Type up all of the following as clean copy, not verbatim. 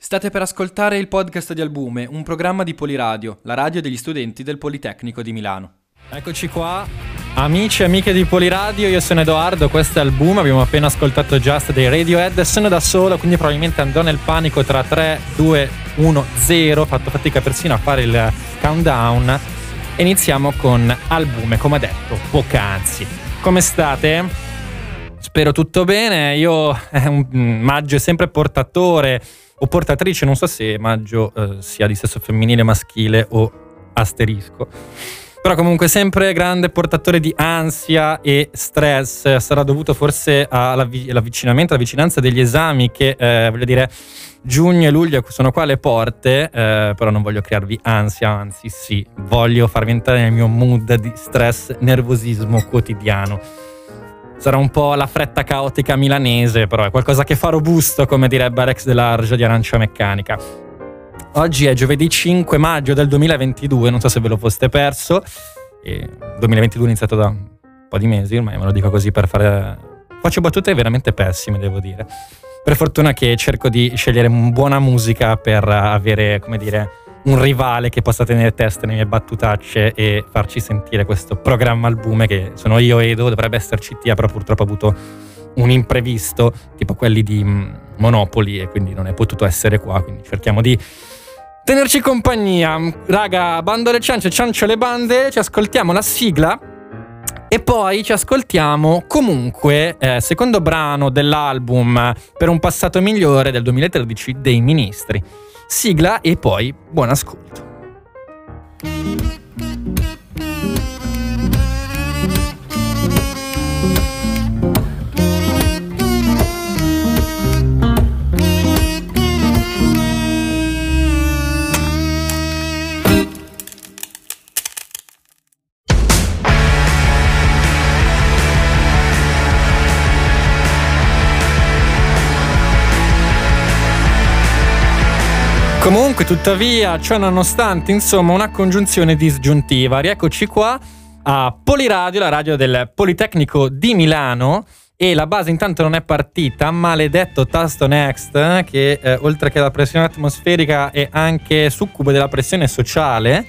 State per ascoltare il podcast di Albume, un programma di Poliradio, la radio degli studenti del Politecnico di Milano. Eccoci qua, amici e amiche di Poliradio, io sono Edoardo, questo è Albume, abbiamo appena ascoltato Just dei Radiohead, sono da solo, quindi probabilmente andrò nel panico tra 3, 2, 1, 0, ho fatto fatica persino a fare il countdown. Iniziamo con Albume, come detto poc'anzi. Come state? Spero tutto bene. Io Maggio è sempre portatore o portatrice, non so se Maggio sia di sesso femminile, maschile o asterisco, però comunque sempre grande portatore di ansia e stress. Sarà dovuto forse all'avvicinamento, alla vicinanza degli esami che voglio dire giugno e luglio sono qua alle porte, però non voglio crearvi ansia, anzi sì, voglio farvi entrare nel mio mood di stress, nervosismo quotidiano. Sarà un po' la fretta caotica milanese, però è qualcosa che fa robusto, come direbbe Alex Delarge di Arancia Meccanica. Oggi è giovedì 5 maggio del 2022, non so se ve lo foste perso. 2022 è iniziato da un po' di mesi, ormai me lo dico così per fare... Faccio battute veramente pessime, devo dire. Per fortuna che cerco di scegliere buona musica per avere, come dire, un rivale che possa tenere testa nelle mie battutacce e farci sentire questo programma Albume che sono io Edo, dovrebbe esserci Tia, però purtroppo ha avuto un imprevisto tipo quelli di Monopoli e quindi non è potuto essere qua, quindi cerchiamo di tenerci compagnia. Raga, bando alle ciance, ciancio alle bande, ci ascoltiamo la sigla e poi ci ascoltiamo comunque secondo brano dell'album Per un passato migliore del 2013 dei Ministri. Sigla e poi buon ascolto. Comunque, tuttavia, ciò nonostante, insomma, una congiunzione disgiuntiva. Rieccoci qua a Poliradio, la radio del Politecnico di Milano, e la base intanto non è partita, maledetto tasto Next, che oltre che la pressione atmosferica è anche succubo della pressione sociale.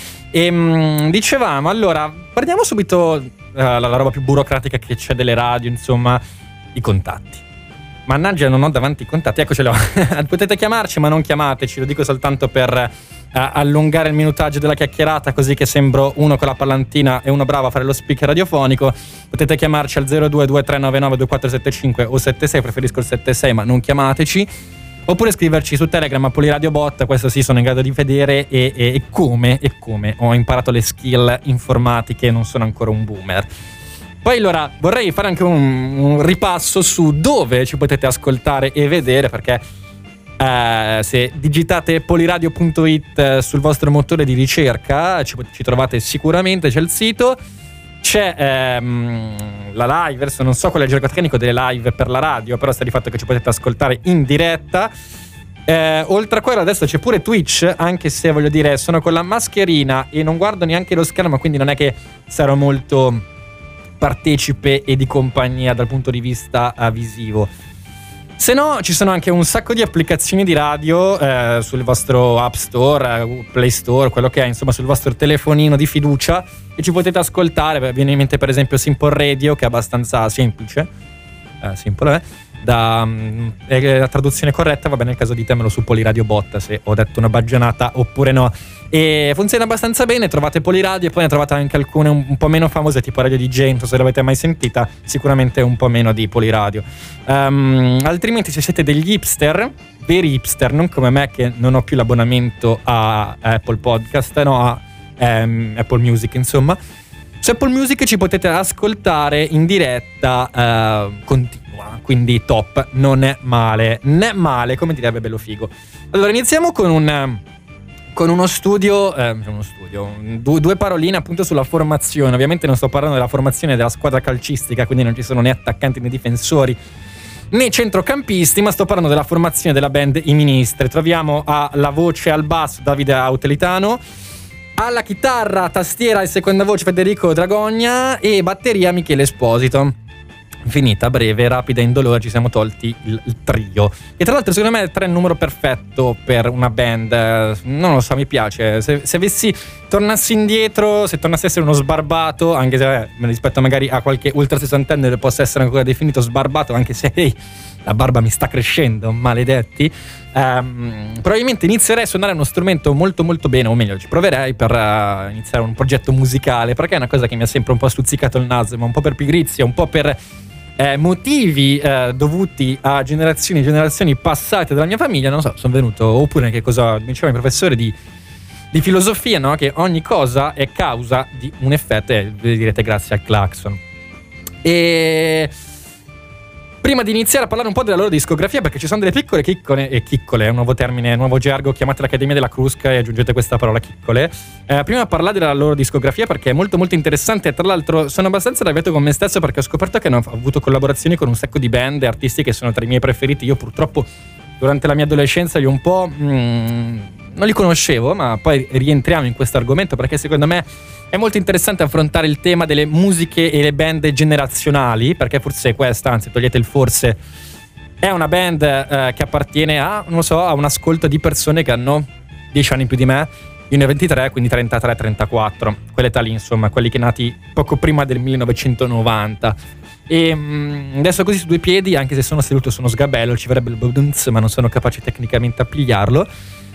E dicevamo, allora, guardiamo subito la roba più burocratica che c'è delle radio, insomma, i contatti. Mannaggia, non ho davanti i contatti, eccocelo. Potete chiamarci, ma non chiamateci, lo dico soltanto per allungare il minutaggio della chiacchierata, così che sembro uno con la parlantina e uno bravo a fare lo speaker radiofonico. Potete chiamarci al 0223992475 o 76, preferisco il 76, ma non chiamateci. Oppure scriverci su Telegram a Poliradio Bot, questo sì, sono in grado di vedere e come ho imparato le skill informatiche, non sono ancora un boomer. Poi allora vorrei fare anche un ripasso su dove ci potete ascoltare e vedere, perché se digitate poliradio.it sul vostro motore di ricerca ci trovate sicuramente, c'è il sito, c'è la live, adesso non so qual è il gergo tecnico delle live per la radio, però sta di fatto che ci potete ascoltare in diretta. Oltre a quello adesso c'è pure Twitch, anche se voglio dire sono con la mascherina e non guardo neanche lo schermo, quindi non è che sarò molto partecipe e di compagnia dal punto di vista visivo. Se no ci sono anche un sacco di applicazioni di radio sul vostro App Store, Play Store, quello che è, insomma, sul vostro telefonino di fiducia, e ci potete ascoltare. Viene in mente per esempio Simple Radio, che è abbastanza semplice, la traduzione corretta, va bene, nel caso ditemelo su Poliradio Bot se ho detto una baggianata oppure no. E funziona abbastanza bene, trovate Poliradio e poi ne trovate anche alcune un po' meno famose, tipo Radio DJ, non so se l'avete mai sentita, sicuramente un po' meno di Poliradio. Altrimenti, se siete degli hipster, veri hipster, non come me che non ho più l'abbonamento a Apple Podcast, no, a Apple Music, insomma, su Apple Music ci potete ascoltare in diretta continua, quindi top, non è male, come direbbe Bello Figo. Allora iniziamo con uno studio, due paroline appunto sulla formazione. Ovviamente non sto parlando della formazione della squadra calcistica, quindi non ci sono né attaccanti né difensori né centrocampisti, ma sto parlando della formazione della band I Ministri. Troviamo alla voce al basso Davide Autelitano, alla chitarra, tastiera e seconda voce Federico Dragogna e batteria Michele Esposito. finita, breve, rapida e indolore, ci siamo tolti il trio. E tra l'altro secondo me il 3 è il numero perfetto per una band. Non lo so, mi piace. Se tornassi indietro, se tornassi a essere uno sbarbato, anche se rispetto magari a qualche ultra sessantenne possa essere ancora definito sbarbato, anche se la barba mi sta crescendo, maledetti, probabilmente inizierei a suonare uno strumento molto molto bene, o meglio ci proverei per iniziare un progetto musicale, perché è una cosa che mi ha sempre un po' stuzzicato il naso, ma un po' per pigrizia, un po' per motivi dovuti a generazioni e generazioni passate della mia famiglia, non so, sono venuto, oppure che cosa diceva il professore di filosofia, no? Che ogni cosa è causa di un effetto, e vi direte grazie al clacson. E prima di iniziare a parlare un po' della loro discografia, perché ci sono delle piccole chiccole, è un nuovo termine, un nuovo gergo, chiamate l'Accademia della Crusca e aggiungete questa parola chiccole. Prima di parlare della loro discografia, perché è molto molto interessante, e tra l'altro sono abbastanza arrabbiato con me stesso perché ho scoperto che hanno avuto collaborazioni con un sacco di band e artisti che sono tra i miei preferiti. Io purtroppo durante la mia adolescenza li un po' non li conoscevo, ma poi rientriamo in questo argomento perché secondo me è molto interessante affrontare il tema delle musiche e le band generazionali, perché forse questa, anzi togliete il forse, è una band che appartiene a, non lo so, a un ascolto di persone che hanno 10 anni più di me. Io ne ho 23, quindi 33-34, quell'età lì, insomma, quelli che nati poco prima del 1990. E adesso così su due piedi, anche se sono seduto sono sgabello, ci vorrebbe il bodunz, ma non sono capace tecnicamente a pigliarlo.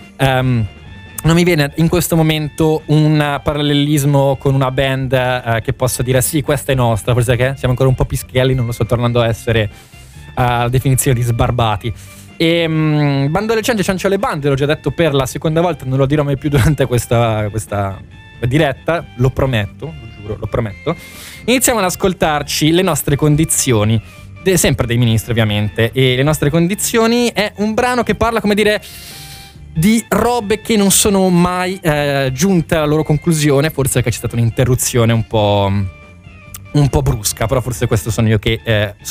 Non mi viene in questo momento un parallelismo con una band che possa dire sì, questa è nostra, forse che siamo ancora un po' pischelli, non lo so, tornando a essere la definizione di sbarbati. E Bando alle ciance, ciance alle bande, l'ho già detto per la seconda volta, non lo dirò mai più durante questa diretta, lo prometto, lo giuro, lo prometto. Iniziamo ad ascoltarci Le nostre condizioni, sempre dei Ministri ovviamente, e Le nostre condizioni è un brano che parla, come dire, di robe che non sono mai giunte alla loro conclusione, forse perché c'è stata un'interruzione un po' brusca, però forse questo sono io che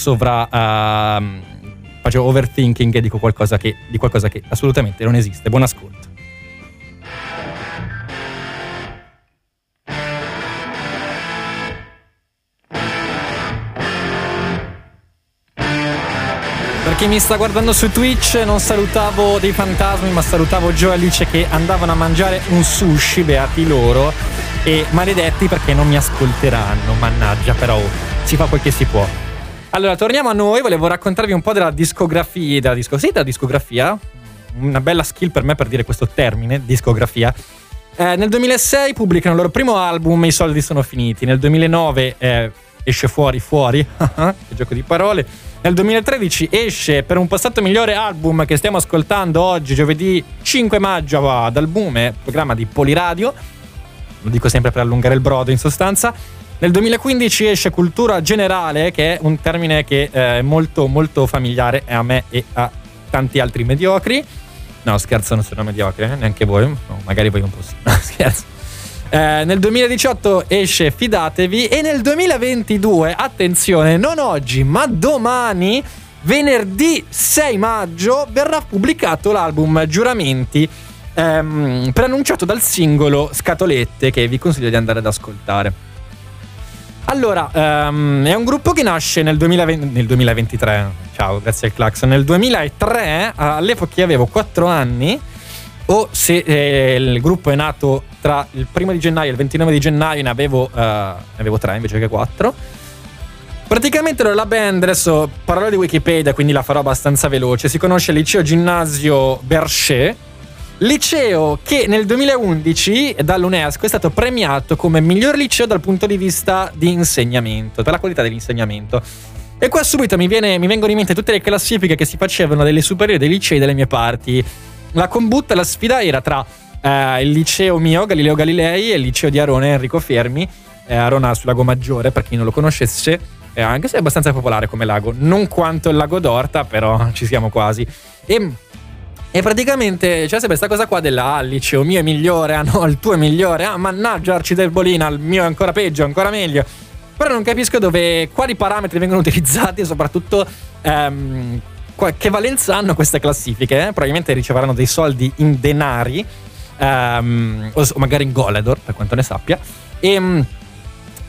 faccio overthinking e dico qualcosa che assolutamente non esiste. Buon ascolto. Per chi mi sta guardando su Twitch, non salutavo dei fantasmi, ma salutavo Gio e Alice che andavano a mangiare un sushi, beati loro, e maledetti perché non mi ascolteranno, mannaggia, però si fa quel che si può. Allora, torniamo a noi, volevo raccontarvi un po' della discografia, della discografia, una bella skill per me per dire questo termine, discografia. Nel 2006 pubblicano il loro primo album, I soldi sono finiti. Nel 2009 esce Fuori, che gioco di parole. Nel 2013 esce Per un passato migliore, album che stiamo ascoltando oggi, giovedì 5 maggio ad Albume, programma di Poliradio. Lo dico sempre per allungare il brodo in sostanza. Nel 2015 esce Cultura Generale, che è un termine che è molto molto familiare a me e a tanti altri mediocri. No, scherzo, non sono mediocre, neanche voi, no, magari voi un po' sì. No, scherzo. Nel 2018 esce Fidatevi, e nel 2022, attenzione, non oggi ma domani, venerdì 6 maggio, verrà pubblicato l'album Giuramenti, preannunciato dal singolo Scatolette, che vi consiglio di andare ad ascoltare. Allora, è un gruppo che nasce nel 2023, ciao, grazie al clacson, nel 2003, all'epoca io avevo 4 anni, o se il gruppo è nato tra il 1 di gennaio e il 29 di gennaio ne avevo 3 invece che 4. Praticamente la band, adesso parlerò di Wikipedia, quindi la farò abbastanza veloce, si conosce al liceo ginnasio Berchet, liceo che nel 2011 dall'UNESCO è stato premiato come miglior liceo dal punto di vista di insegnamento, per la qualità dell'insegnamento. E qua subito mi vengono in mente tutte le classifiche che si facevano delle superiori, dei licei delle mie parti. La combutta, la sfida era tra il liceo mio, Galileo Galilei, e il liceo di Arona, Enrico Fermi, Arona sul Lago Maggiore, per chi non lo conoscesse, anche se è abbastanza popolare come lago, non quanto il lago d'Orta, però ci siamo quasi. E praticamente c'è sempre questa cosa qua il liceo mio è migliore, no, il tuo è migliore, mannaggia Arcidebolina, il mio è ancora peggio, ancora meglio. Però non capisco quali parametri vengono utilizzati e soprattutto che valenza hanno queste classifiche. Probabilmente riceveranno dei soldi in denari, o magari in Goledor, per quanto ne sappia. E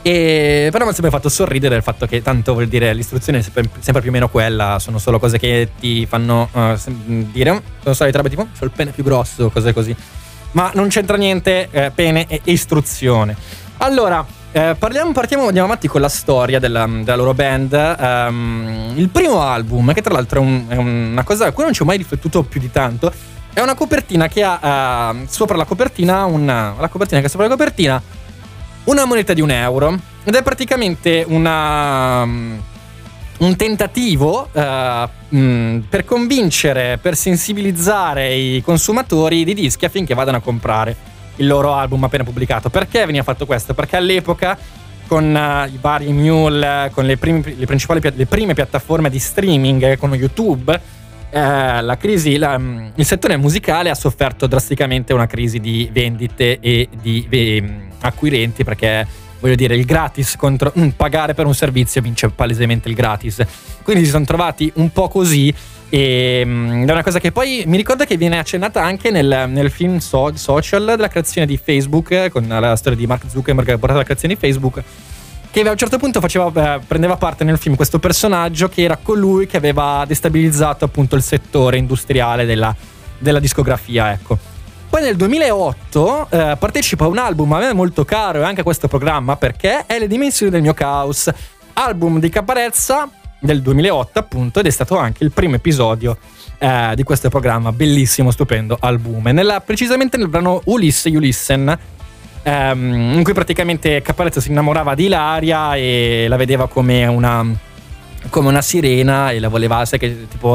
E però mi ha sempre fatto sorridere il fatto che tanto vuol dire l'istruzione è sempre più o meno quella, sono solo cose che ti fanno dire, sono solite robe tipo c'ho il pene più grosso, cose così, ma non c'entra niente pene e istruzione. Allora andiamo avanti con la storia della loro band. Il primo album, che tra l'altro è una cosa a cui non ci ho mai riflettuto più di tanto, è una copertina che ha sopra la copertina la copertina che ha sopra la copertina una moneta di €1 ed è praticamente un tentativo per convincere, per sensibilizzare i consumatori di dischi affinché vadano a comprare il loro album appena pubblicato. Perché veniva fatto questo? Perché all'epoca con i vari mule, con le prime piattaforme di streaming, con YouTube, la crisi, il settore musicale ha sofferto drasticamente una crisi di vendite e di acquirenti, perché voglio dire il gratis contro pagare per un servizio vince palesemente il gratis, quindi si sono trovati un po' così. E è una cosa che poi mi ricordo che viene accennata anche nel film Social della creazione di Facebook, con la storia di Mark Zuckerberg che ha portato alla creazione di Facebook, che a un certo punto prendeva parte nel film questo personaggio che era colui che aveva destabilizzato appunto il settore industriale della discografia, ecco. Poi nel 2008 partecipa a un album a me molto caro e anche a questo programma, perché è Le dimensioni del mio caos, album di Caparezza del 2008 appunto, ed è stato anche il primo episodio di questo programma, bellissimo, stupendo album. Precisamente nel brano Ulissen, in cui praticamente Caparezza si innamorava di Ilaria e la vedeva come una sirena e la voleva, sai che tipo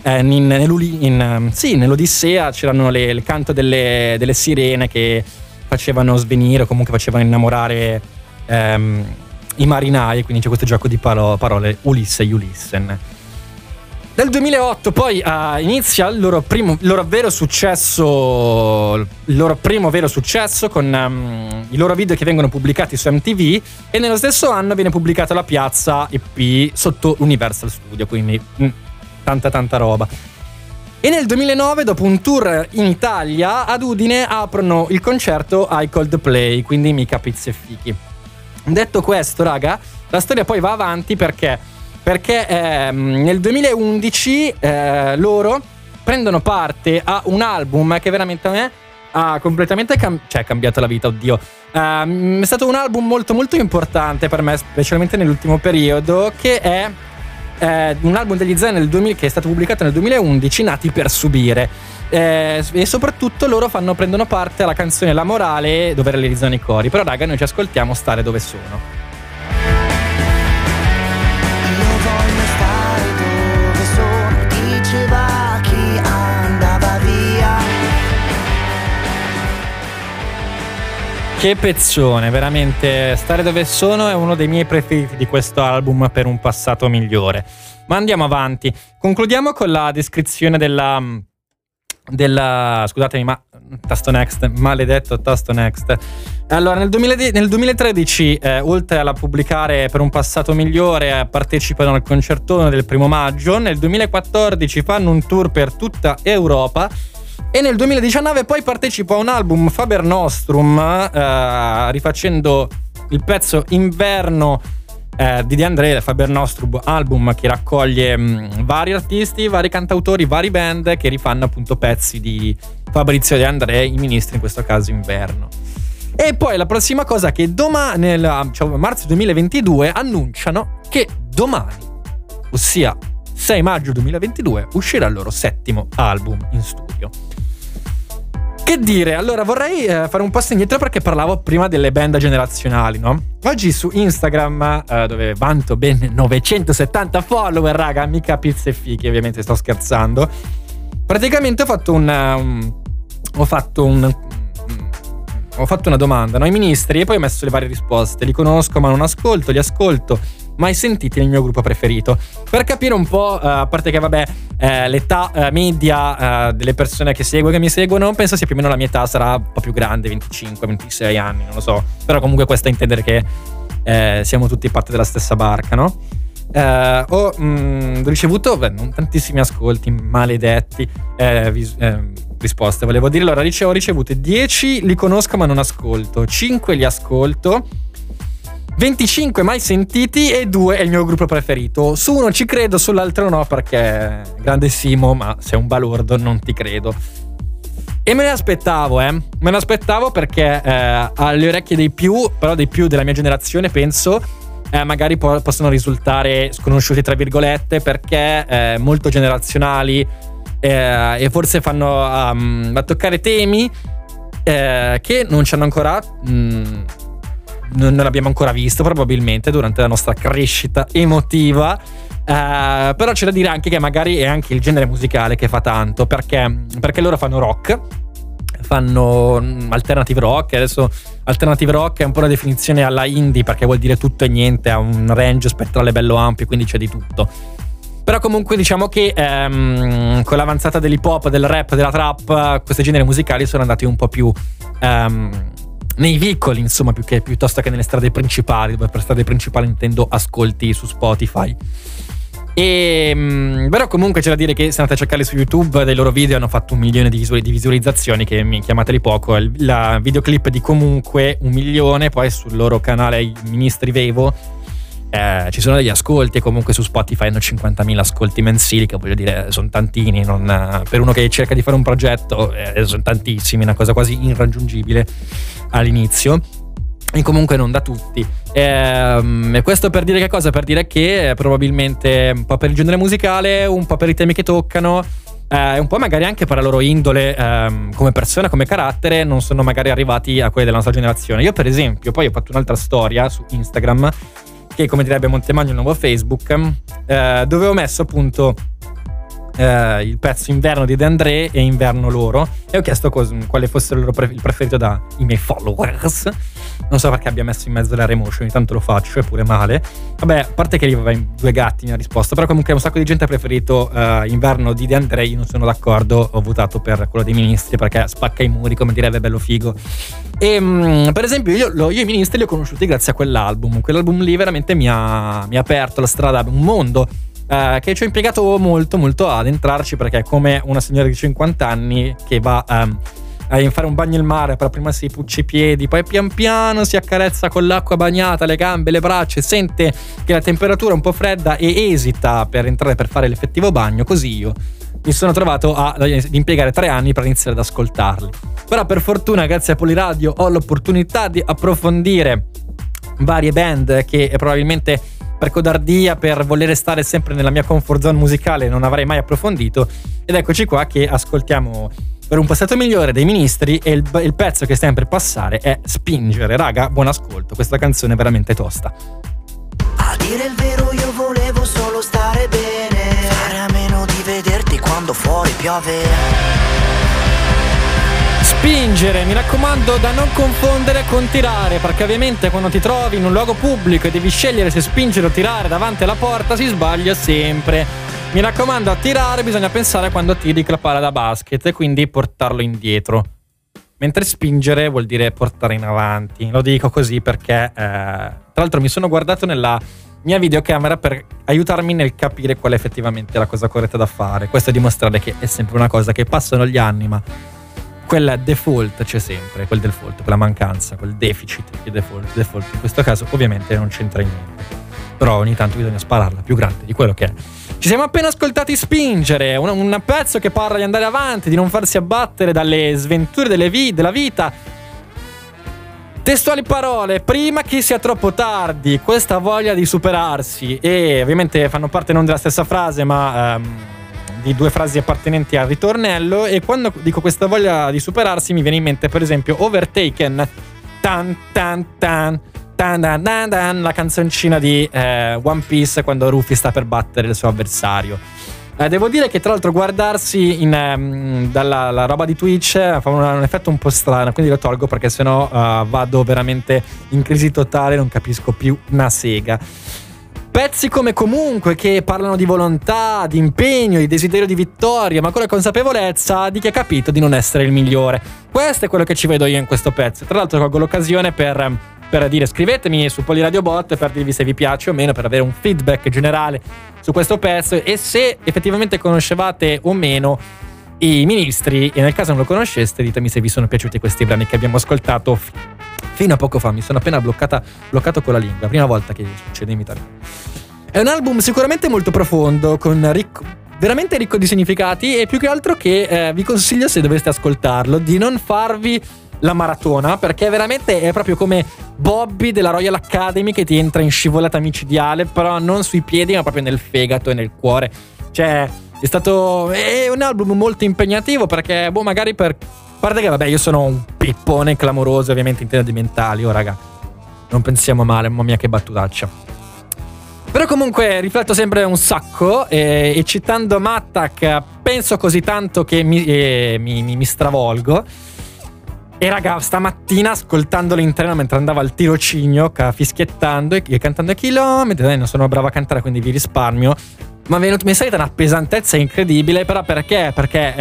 nell'Odissea c'erano il canto delle sirene che facevano svenire o comunque facevano innamorare i marinai, quindi c'è questo gioco di parole Ulissen. Nel 2008 poi inizia il loro primo vero successo con i loro video che vengono pubblicati su MTV, e nello stesso anno viene pubblicata la Piazza EP sotto Universal Studio, quindi tanta roba. E nel 2009, dopo un tour in Italia, ad Udine aprono il concerto ai Coldplay, quindi mica pizze e fichi. Detto questo, raga, la storia poi va avanti perché nel 2011 loro prendono parte a un album che veramente a me ha completamente cambiato la vita, oddio. È stato un album molto molto importante per me, specialmente nell'ultimo periodo, che è un album degli Zen che è stato pubblicato nel 2011, Nati per subire, e soprattutto loro prendono parte alla canzone La Morale, dove realizzano i cori. Però raga, noi ci ascoltiamo Stare dove sono. Che pezzone, veramente. Stare dove sono è uno dei miei preferiti di questo album per un passato migliore. Ma andiamo avanti. Concludiamo con la descrizione della scusatemi, ma tasto next, maledetto tasto next. Allora, nel 2013, oltre a pubblicare Per un passato migliore, partecipano al concertone del 1 maggio. Nel 2014 fanno un tour per tutta Europa. E nel 2019 poi partecipa a un album Faber Nostrum, rifacendo il pezzo Inverno di De André. Faber Nostrum, album che raccoglie vari artisti, vari cantautori, vari band che rifanno appunto pezzi di Fabrizio De André, i Ministri, in questo caso Inverno. E poi la prossima cosa, che nel marzo 2022 annunciano che domani, ossia 6 maggio 2022, uscirà il loro 7° album in studio. Che dire, allora vorrei fare un passo indietro, perché parlavo prima delle band generazionali, no? Oggi su Instagram, dove vanto ben 970 follower, raga, mica pizze e fichi, ovviamente sto scherzando. Praticamente ho fatto una domanda, no, ai ministri, e poi ho messo le varie risposte. Li conosco ma non ascolto, li ascolto, mai sentiti nel mio gruppo preferito, per capire un po', a parte che vabbè, l'età media delle persone che mi seguono, penso sia più o meno la mia età, sarà un po' più grande, 25-26 anni, non lo so, però comunque questo a intendere che siamo tutti parte della stessa barca, no? Ho ricevuto non tantissimi ascolti, maledetti, risposte, volevo dire. Allora, ho ricevuto 10 li conosco ma non ascolto, 5 li ascolto, 25 mai sentiti e 2 è il mio gruppo preferito. Su uno ci credo, sull'altro no, perché grande Simo, ma sei un balordo, non ti credo. E me ne aspettavo perché alle orecchie dei più, però dei più della mia generazione, penso, magari possono risultare sconosciuti tra virgolette, perché molto generazionali, e forse fanno a toccare temi che non ci hanno ancora non abbiamo ancora visto probabilmente durante la nostra crescita emotiva, però c'è da dire anche che magari è anche il genere musicale che fa tanto, perché loro fanno rock, fanno alternative rock. Adesso alternative rock è un po' una definizione alla indie, perché vuol dire tutto e niente, ha un range spettrale bello ampio, quindi c'è di tutto. Però comunque diciamo che con l'avanzata dell'hip hop, del rap, della trap, questi generi musicali sono andati un po' più nei vicoli, insomma, piuttosto che nelle strade principali, dove per strade principali intendo ascolti su Spotify. Però comunque c'è da dire che se andate a cercarli su YouTube, dei loro video hanno fatto 1 milione di visualizzazioni, che mi chiamateli poco. La videoclip di comunque 1 milione, poi sul loro canale I Ministri Vevo ci sono degli ascolti, e comunque su Spotify hanno 50.000 ascolti mensili, che voglio dire sono tantini, per uno che cerca di fare un progetto sono tantissimi, una cosa quasi irraggiungibile all'inizio, e comunque non da tutti. E questo per dire che cosa? Per dire che probabilmente un po' per il genere musicale, un po' per i temi che toccano, un po' magari anche per la loro indole come persona, come carattere, non sono magari arrivati a quelli della nostra generazione. Io per esempio poi ho fatto un'altra storia su Instagram, che come direbbe Montemagno il nuovo Facebook, dove ho messo appunto il pezzo Inverno di De André e Inverno loro, e ho chiesto quale fosse il preferito dai miei followers. Non so perché abbia messo in mezzo la remotion, ogni tanto lo faccio, è pure male. Vabbè, a parte che arrivava in 2 gatti mi ha risposto, però comunque un sacco di gente ha preferito Inverno di De André. Io non sono d'accordo, ho votato per quello dei Ministri, perché spacca i muri, come direbbe bello figo. E per esempio io i Ministri li ho conosciuti grazie a quell'album lì veramente mi ha aperto la strada a un mondo che ci ho impiegato molto molto ad entrarci, perché è come una signora di 50 anni che va a fare un bagno al mare, però prima si puccia i piedi, poi pian piano si accarezza con l'acqua bagnata le gambe, le braccia, sente che la temperatura è un po' fredda e esita per entrare per fare l'effettivo bagno. Così io mi sono trovato ad impiegare 3 anni per iniziare ad ascoltarli. Però per fortuna, grazie a Poliradio, ho l'opportunità di approfondire varie band che probabilmente per codardia, per voler stare sempre nella mia comfort zone musicale, non avrei mai approfondito. Ed eccoci qua che ascoltiamo Per un passato migliore dei Ministri, e il pezzo che stiamo per passare è Spingere. Raga, buon ascolto, questa canzone è veramente tosta. A dire il vero io volevo solo stare bene, fare a meno di vederti quando fuori piove. Spingere, mi raccomando, da non confondere con tirare, perché ovviamente quando ti trovi in un luogo pubblico e devi scegliere se spingere o tirare davanti alla porta, si sbaglia sempre. Mi raccomando, a tirare bisogna pensare quando tiri la palla da basket, e quindi portarlo indietro, mentre spingere vuol dire portare in avanti. Lo dico così perché tra l'altro mi sono guardato nella mia videocamera per aiutarmi nel capire qual è effettivamente la cosa corretta da fare. Questo è dimostrare che è sempre una cosa che passano gli anni, ma quel default c'è sempre, quel default, quella mancanza, quel deficit di default in questo caso ovviamente non c'entra niente, però ogni tanto bisogna spararla più grande di quello che è. Ci siamo appena ascoltati Spingere, un pezzo che parla di andare avanti, di non farsi abbattere dalle sventure della vita. Testuali parole: prima che sia troppo tardi, questa voglia di superarsi. E ovviamente fanno parte non della stessa frase, ma di 2 frasi appartenenti al ritornello. E quando dico questa voglia di superarsi mi viene in mente per esempio Overtaken, tan tan tan tan tan tan tan, la canzoncina di One Piece, quando Ruffy sta per battere il suo avversario. Devo dire che tra l'altro guardarsi dalla roba di Twitch fa un effetto un po' strano, quindi lo tolgo perché sennò vado veramente in crisi totale, non capisco più una sega. Pezzi come Comunque, che parlano di volontà, di impegno, di desiderio di vittoria, ma con la consapevolezza di chi ha capito di non essere il migliore. Questo è quello che ci vedo io in questo pezzo. Tra l'altro colgo l'occasione per dire: scrivetemi su Poliradio Bot per dirvi se vi piace o meno, per avere un feedback generale su questo pezzo, e se effettivamente conoscevate o meno i Ministri, e nel caso non lo conosceste ditemi se vi sono piaciuti questi brani che abbiamo ascoltato Fino a poco fa mi sono appena bloccato con la lingua, prima volta che succede in vita mia. È un album sicuramente molto profondo, veramente ricco di significati, e più che altro che vi consiglio, se doveste ascoltarlo, di non farvi la maratona, perché veramente è proprio come Bobby della Royal Academy che ti entra in scivolata micidiale, però non sui piedi ma proprio nel fegato e nel cuore. Cioè è un album molto impegnativo, perché magari a parte che vabbè, io sono un pippone clamoroso ovviamente in termini mentali, raga, non pensiamo male, mamma mia che battutaccia. Però comunque rifletto sempre un sacco, e citando Mattak penso così tanto che mi stravolgo. E raga, stamattina ascoltandolo in treno mentre andavo al tirocinio, fischiettando e cantando a chilometri, non sono bravo a cantare quindi vi risparmio, ma mi è salita una pesantezza incredibile. Però perché?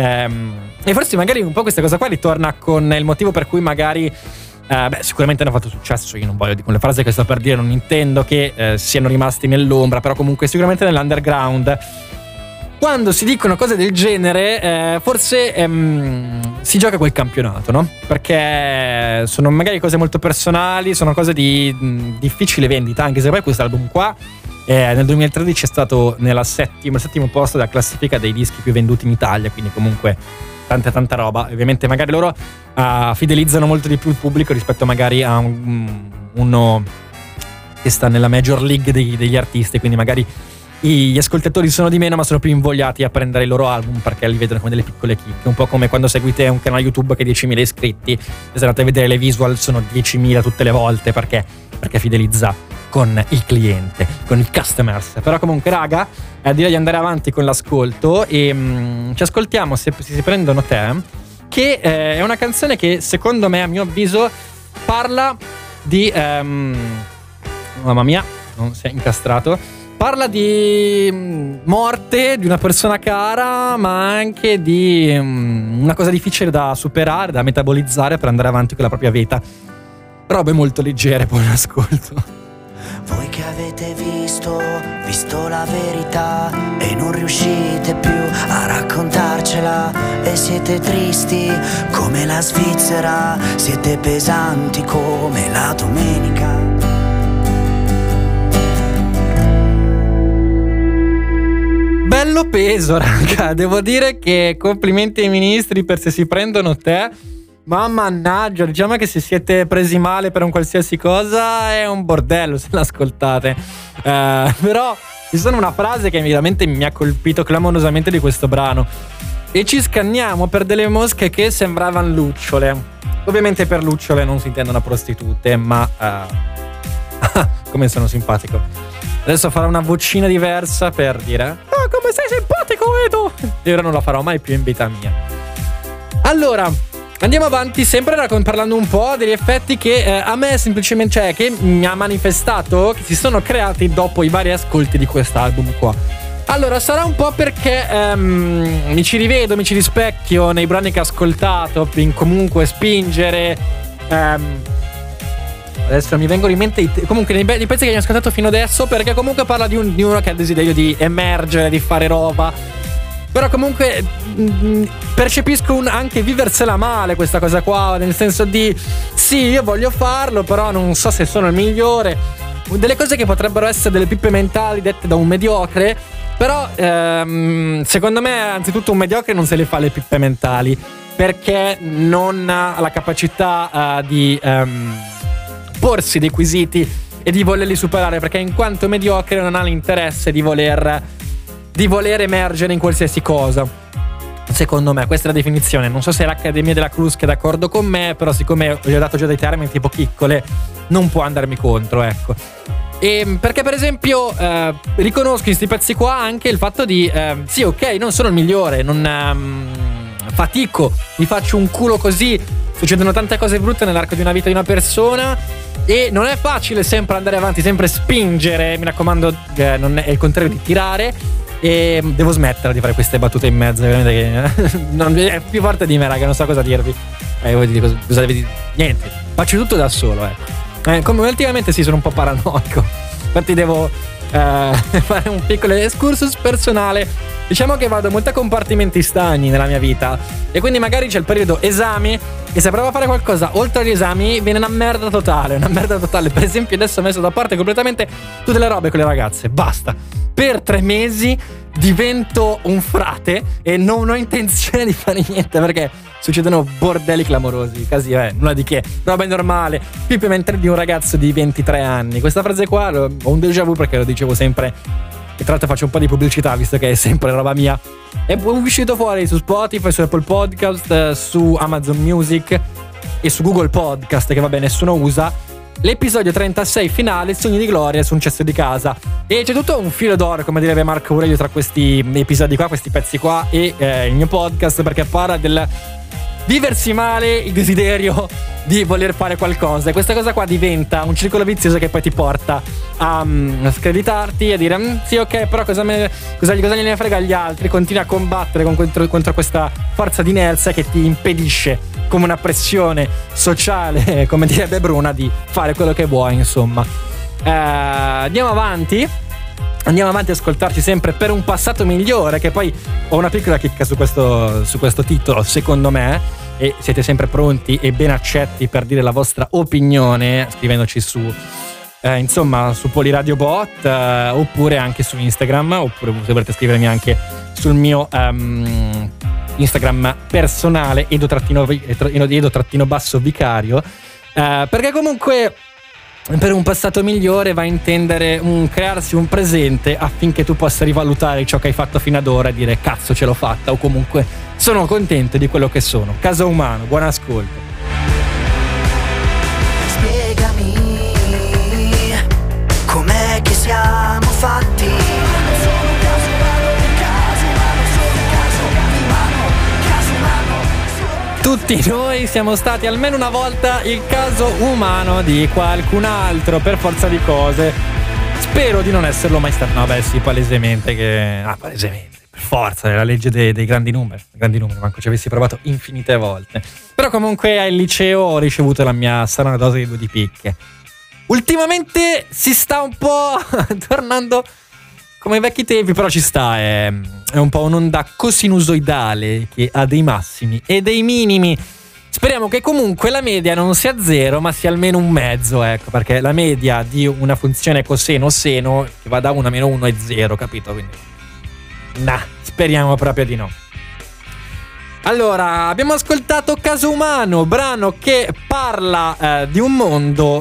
E forse magari un po' questa cosa qua ritorna con il motivo per cui magari sicuramente hanno fatto successo. Io non voglio, con le frasi che sto per dire non intendo che siano rimasti nell'ombra, però comunque sicuramente nell'underground, quando si dicono cose del genere, forse si gioca quel campionato, no? Perché sono magari cose molto personali, sono cose di difficile vendita, anche se poi quest'album qua nel 2013 è stato nel settimo posto della classifica dei dischi più venduti in Italia, quindi comunque tanta roba. Ovviamente magari loro fidelizzano molto di più il pubblico rispetto magari a uno che sta nella major league degli artisti, quindi magari gli ascoltatori sono di meno ma sono più invogliati a prendere i loro album perché li vedono come delle piccole chicche, un po' come quando seguite un canale YouTube che ha 10.000 iscritti e se andate a vedere le visual sono 10.000 tutte le volte, perché fidelizza con il cliente, con il customers. Però comunque raga, direi di andare avanti con l'ascolto e ci ascoltiamo Se si prendono te, che è una canzone che secondo me, a mio avviso, parla di mamma mia, non si è incastrato. Parla di morte di una persona cara, ma anche di una cosa difficile da superare, da metabolizzare per andare avanti con la propria vita. Robe molto leggere, buon ascolto. Voi che avete visto la verità e non riuscite più a raccontarcela, e siete tristi come la Svizzera, siete pesanti come la domenica. Bello peso, raga. Devo dire che complimenti ai ministri per Se si prendono te. Ma mannaggia, diciamo che se siete presi male per un qualsiasi cosa è un bordello se l'ascoltate. Però ci sono una frase che veramente mi ha colpito clamorosamente di questo brano. E ci scanniamo per delle mosche che sembravano lucciole. Ovviamente per lucciole non si intendono prostitute, ma come sono simpatico. Adesso farò una vocina diversa per dire come sei simpatico, Edo. E ora non la farò mai più in vita mia. Allora, andiamo avanti, sempre parlando un po' degli effetti che a me semplicemente, cioè che mi ha manifestato, che si sono creati dopo i vari ascolti di quest'album qua. Allora, sarà un po' perché mi ci rivedo, mi ci rispecchio nei brani che ho ascoltato, in comunque spingere. Adesso mi vengono in mente comunque nei pezzi che abbiamo ascoltato fino adesso, perché comunque parla di uno che ha il desiderio di emergere, di fare roba. Però comunque percepisco anche viversela male questa cosa qua, nel senso di sì, io voglio farlo, però non so se sono il migliore. Delle cose che potrebbero essere delle pippe mentali dette da un mediocre. Però secondo me anzitutto un mediocre non se le fa le pippe mentali, perché non ha la capacità di porsi dei quesiti e di volerli superare, perché in quanto mediocre non ha l'interesse di voler emergere in qualsiasi cosa. Secondo me questa è la definizione. Non so se l'Accademia della Cruz è d'accordo con me, però siccome gli ho dato già dei termini tipo chiccole, non può andarmi contro, ecco. E perché per esempio riconosco in questi pezzi qua anche il fatto di sì, ok, non sono il migliore, non fatico, mi faccio un culo così, succedono tante cose brutte nell'arco di una vita di una persona e non è facile sempre andare avanti, sempre spingere, mi raccomando, non è il contrario di tirare. E devo smettere di fare queste battute in mezzo, veramente, che non è più forte di me, raga, non so cosa dirvi. Cosa devi dire? Niente, faccio tutto da solo, ecco. Come ultimamente sì, sono un po' paranoico, infatti devo fare un piccolo excursus personale. Diciamo che vado molto a compartimenti stagni nella mia vita, e quindi magari c'è il periodo esami, e se provo a fare qualcosa oltre agli esami viene una merda totale. Per esempio adesso ho messo da parte completamente tutte le robe con le ragazze, basta. Per 3 mesi divento un frate e non ho intenzione di fare niente, perché succedono bordelli clamorosi, casi nulla di che, roba normale, più mentre di un ragazzo di 23 anni. Questa frase qua ho un déjà vu perché lo dicevo sempre, e tra l'altro faccio un po' di pubblicità visto che è sempre roba mia. È uscito fuori su Spotify, su Apple Podcast, su Amazon Music e su Google Podcast, che vabbè nessuno usa, l'episodio 36 finale, Sogni di gloria su un cesso di casa. E c'è tutto un filo d'oro, come direbbe Marco Aurelio, tra questi episodi qua, questi pezzi qua e il mio podcast, perché parla del viversi male, il desiderio di voler fare qualcosa, e questa cosa qua diventa un circolo vizioso che poi ti porta a screditarti e a dire sì, ok, però cosa gliene frega agli altri. Continui a combattere contro questa forza di inerzia che ti impedisce, come una pressione sociale, come direbbe Bruna, di fare quello che vuoi, insomma. Andiamo avanti a ascoltarci sempre per un passato migliore, che poi ho una piccola chicca su questo titolo, secondo me, e siete sempre pronti e ben accetti per dire la vostra opinione scrivendoci su Poliradio Bot, oppure anche su Instagram, oppure se volete scrivermi anche sul mio Instagram personale edo_vicario, perché comunque per un passato migliore va a intendere crearsi un presente affinché tu possa rivalutare ciò che hai fatto fino ad ora e dire cazzo, ce l'ho fatta, o comunque sono contento di quello che sono. Caso umano, buon ascolto. Spiegami com'è che siamo fatti. Tutti noi siamo stati almeno una volta il caso umano di qualcun altro, per forza di cose. Spero di non esserlo mai stato. No, beh sì, palesemente, per forza, è la legge dei grandi numeri, manco ci avessi provato infinite volte. Però comunque al liceo ho ricevuto la mia sana dose di 2 di picche. Ultimamente si sta un po' tornando come ai vecchi tempi, però ci sta, è un po' un'onda cosinusoidale che ha dei massimi e dei minimi. Speriamo che comunque la media non sia 0, ma sia almeno un mezzo, ecco, perché la media di una funzione coseno-seno che va da 1 a meno 1 è 0, capito? Quindi speriamo proprio di no. Allora, abbiamo ascoltato Caso Umano, brano che parla di un mondo,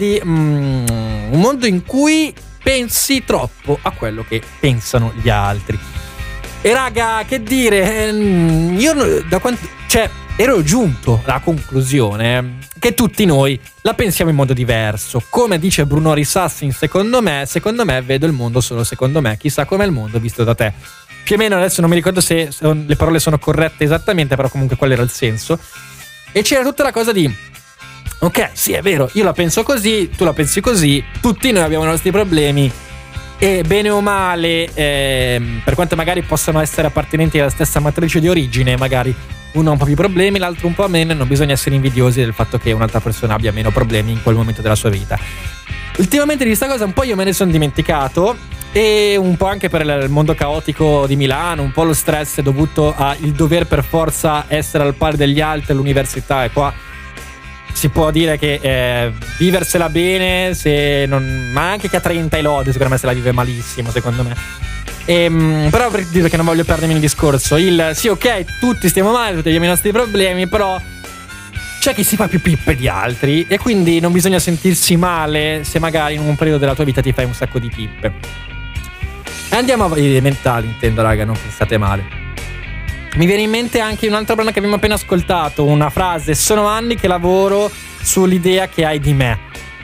un mondo in cui pensi troppo a quello che pensano gli altri. E raga, che dire, io ero giunto alla conclusione che tutti noi la pensiamo in modo diverso. Come dice Bruno Risassin, secondo me vedo il mondo solo secondo me, chissà com'è il mondo visto da te. Più o meno, adesso non mi ricordo se le parole sono corrette esattamente, però comunque qual era il senso. E c'era tutta la cosa di ok, sì, è vero, io la penso così, tu la pensi così, tutti noi abbiamo i nostri problemi, e bene o male, per quanto magari possano essere appartenenti alla stessa matrice di origine, magari uno ha un po' più problemi, l'altro un po' meno, non bisogna essere invidiosi del fatto che un'altra persona abbia meno problemi in quel momento della sua vita. Ultimamente di questa cosa un po' io me ne sono dimenticato, e un po' anche per il mondo caotico di Milano, un po' lo stress dovuto al dover per forza essere al pari degli altri all'università, e qua si può dire che viversela bene, ma anche che a 30 e lode, secondo me se la vive malissimo, secondo me. Però per dire che non voglio perdermi nel discorso, sì, ok, tutti stiamo male, tutti abbiamo i nostri problemi, però c'è chi si fa più pippe di altri, e quindi non bisogna sentirsi male se magari in un periodo della tua vita ti fai un sacco di pippe. E andiamo a mentali, intendo, raga, non pensate male. Mi viene in mente anche un altro brano che abbiamo appena ascoltato, una frase: sono anni che lavoro sull'idea che hai di me,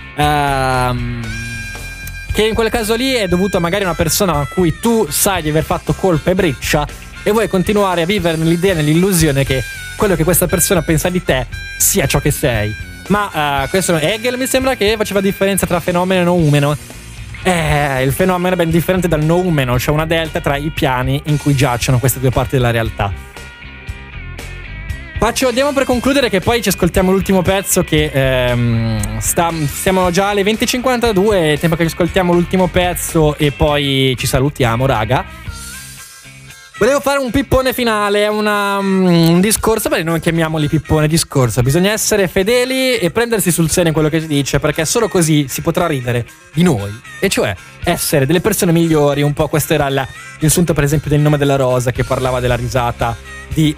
che in quel caso lì è dovuto magari a una persona a cui tu sai di aver fatto colpa e breccia, e vuoi continuare a vivere nell'idea, nell'illusione che quello che questa persona pensa di te sia ciò che sei. Ma questo Hegel mi sembra che faceva differenza tra fenomeno e noumeno. Il fenomeno è ben differente dal noumeno, c'è una delta tra i piani in cui giacciono queste due parti della realtà. Diamo per concludere che poi ci ascoltiamo l'ultimo pezzo che siamo già alle 20:52, tempo che ci ascoltiamo l'ultimo pezzo e poi ci salutiamo, raga. Volevo fare un pippone finale, un discorso, beh, noi chiamiamoli pippone discorso. Bisogna essere fedeli e prendersi sul serio quello che si dice, perché solo così si potrà ridere di noi, e cioè essere delle persone migliori. Un po' questo era l'assunto, per esempio, del Nome della Rosa, che parlava della risata di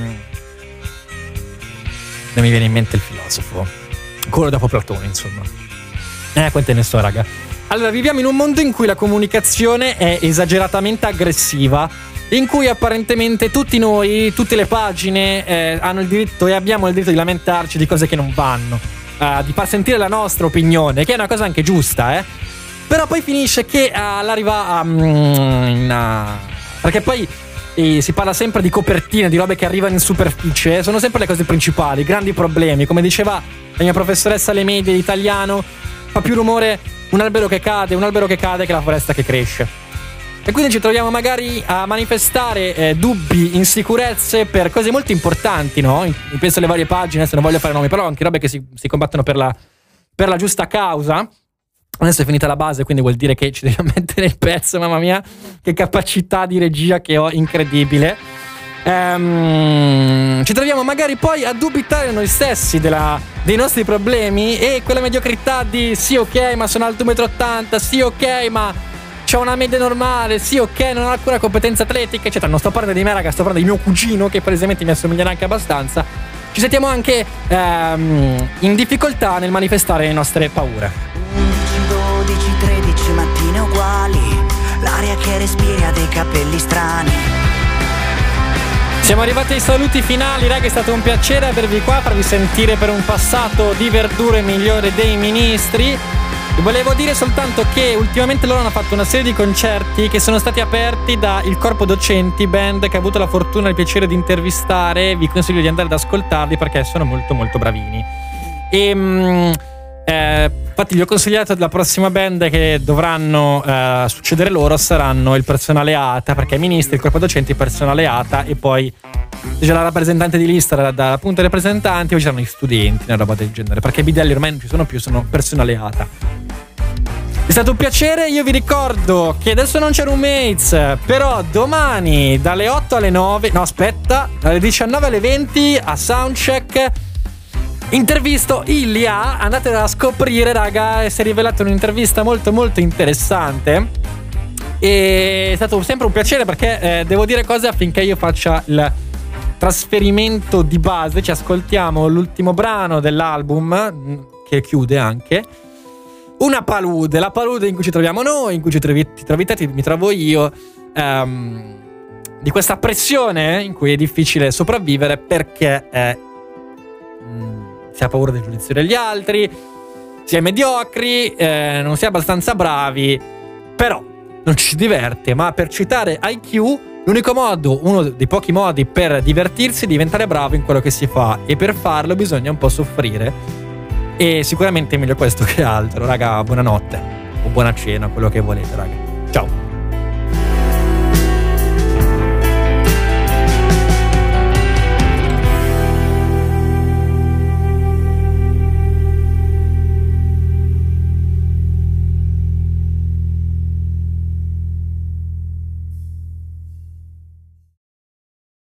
non mi viene in mente il filosofo, quello dopo Platone, insomma. Quante ne so, raga. Allora, viviamo in un mondo in cui la comunicazione è esageratamente aggressiva, in cui apparentemente tutti noi, tutte le pagine hanno il diritto e abbiamo il diritto di lamentarci di cose che non vanno, di far sentire la nostra opinione, che è una cosa anche giusta, però poi finisce che all'arriva perché poi si parla sempre di copertine, di robe che arrivano in superficie, sono sempre le cose principali, grandi problemi. Come diceva la mia professoressa alle medie di italiano, fa più rumore un albero che cade che la foresta che cresce. E quindi ci troviamo magari a manifestare dubbi, insicurezze per cose molto importanti, no? Penso alle varie pagine, se non voglio fare nomi, però anche robe che si combattono per la giusta causa. Adesso è finita la base, quindi vuol dire che ci dobbiamo mettere il pezzo. Mamma mia, che capacità di regia che ho, incredibile. Ci troviamo magari poi a dubitare noi stessi dei nostri problemi, e quella mediocrità di sì, ok, ma sono alto 1,80 m, sì, ok, ma c'ho una media normale, sì, ok, non ho alcuna competenza atletica, eccetera. Non sto parlando di me, raga, sto parlando di mio cugino, che palesemente mi assomiglia anche abbastanza. Ci sentiamo anche in difficoltà nel manifestare le nostre paure. 11, 12, 13 mattine uguali, l'aria che respiri ha dei capelli strani. Siamo arrivati ai saluti finali, raga, è stato un piacere avervi qua, farvi sentire per un passato di verdure migliore dei ministri. E volevo dire soltanto che ultimamente loro hanno fatto una serie di concerti che sono stati aperti da Il Corpo Docenti, band che ho avuto la fortuna e il piacere di intervistare. Vi consiglio di andare ad ascoltarli perché sono molto molto bravini. E infatti gli ho consigliato la prossima band che dovranno succedere loro saranno il personale ATA, perché i ministri, il Corpo Docenti, il personale ATA, e poi c'è la rappresentante di lista da appunto i rappresentanti, poi ci saranno gli studenti, una roba del genere, perché i bidelli ormai non ci sono più, sono personale ATA. È stato un piacere, io vi ricordo che adesso non c'è Roommates, però domani dalle 8 alle 9, no aspetta, dalle 19 alle 20 a Soundcheck intervisto Ilia, andatela a scoprire, raga, si è rivelata un'intervista molto molto interessante. E è stato sempre un piacere perché devo dire cose affinché io faccia il trasferimento di base. Ci ascoltiamo l'ultimo brano dell'album che chiude anche una palude, la palude in cui ci troviamo noi, in cui ci trovi te, mi trovo io, di questa pressione in cui è difficile sopravvivere perché si ha paura del giudizio degli altri, si è mediocri, non si è abbastanza bravi, però non ci si diverte. Ma per citare IQ, l'unico modo, uno dei pochi modi per divertirsi è diventare bravo in quello che si fa, e per farlo bisogna un po' soffrire, e sicuramente è meglio questo che altro. Raga, buonanotte o buona cena, quello che volete, raga. Ciao.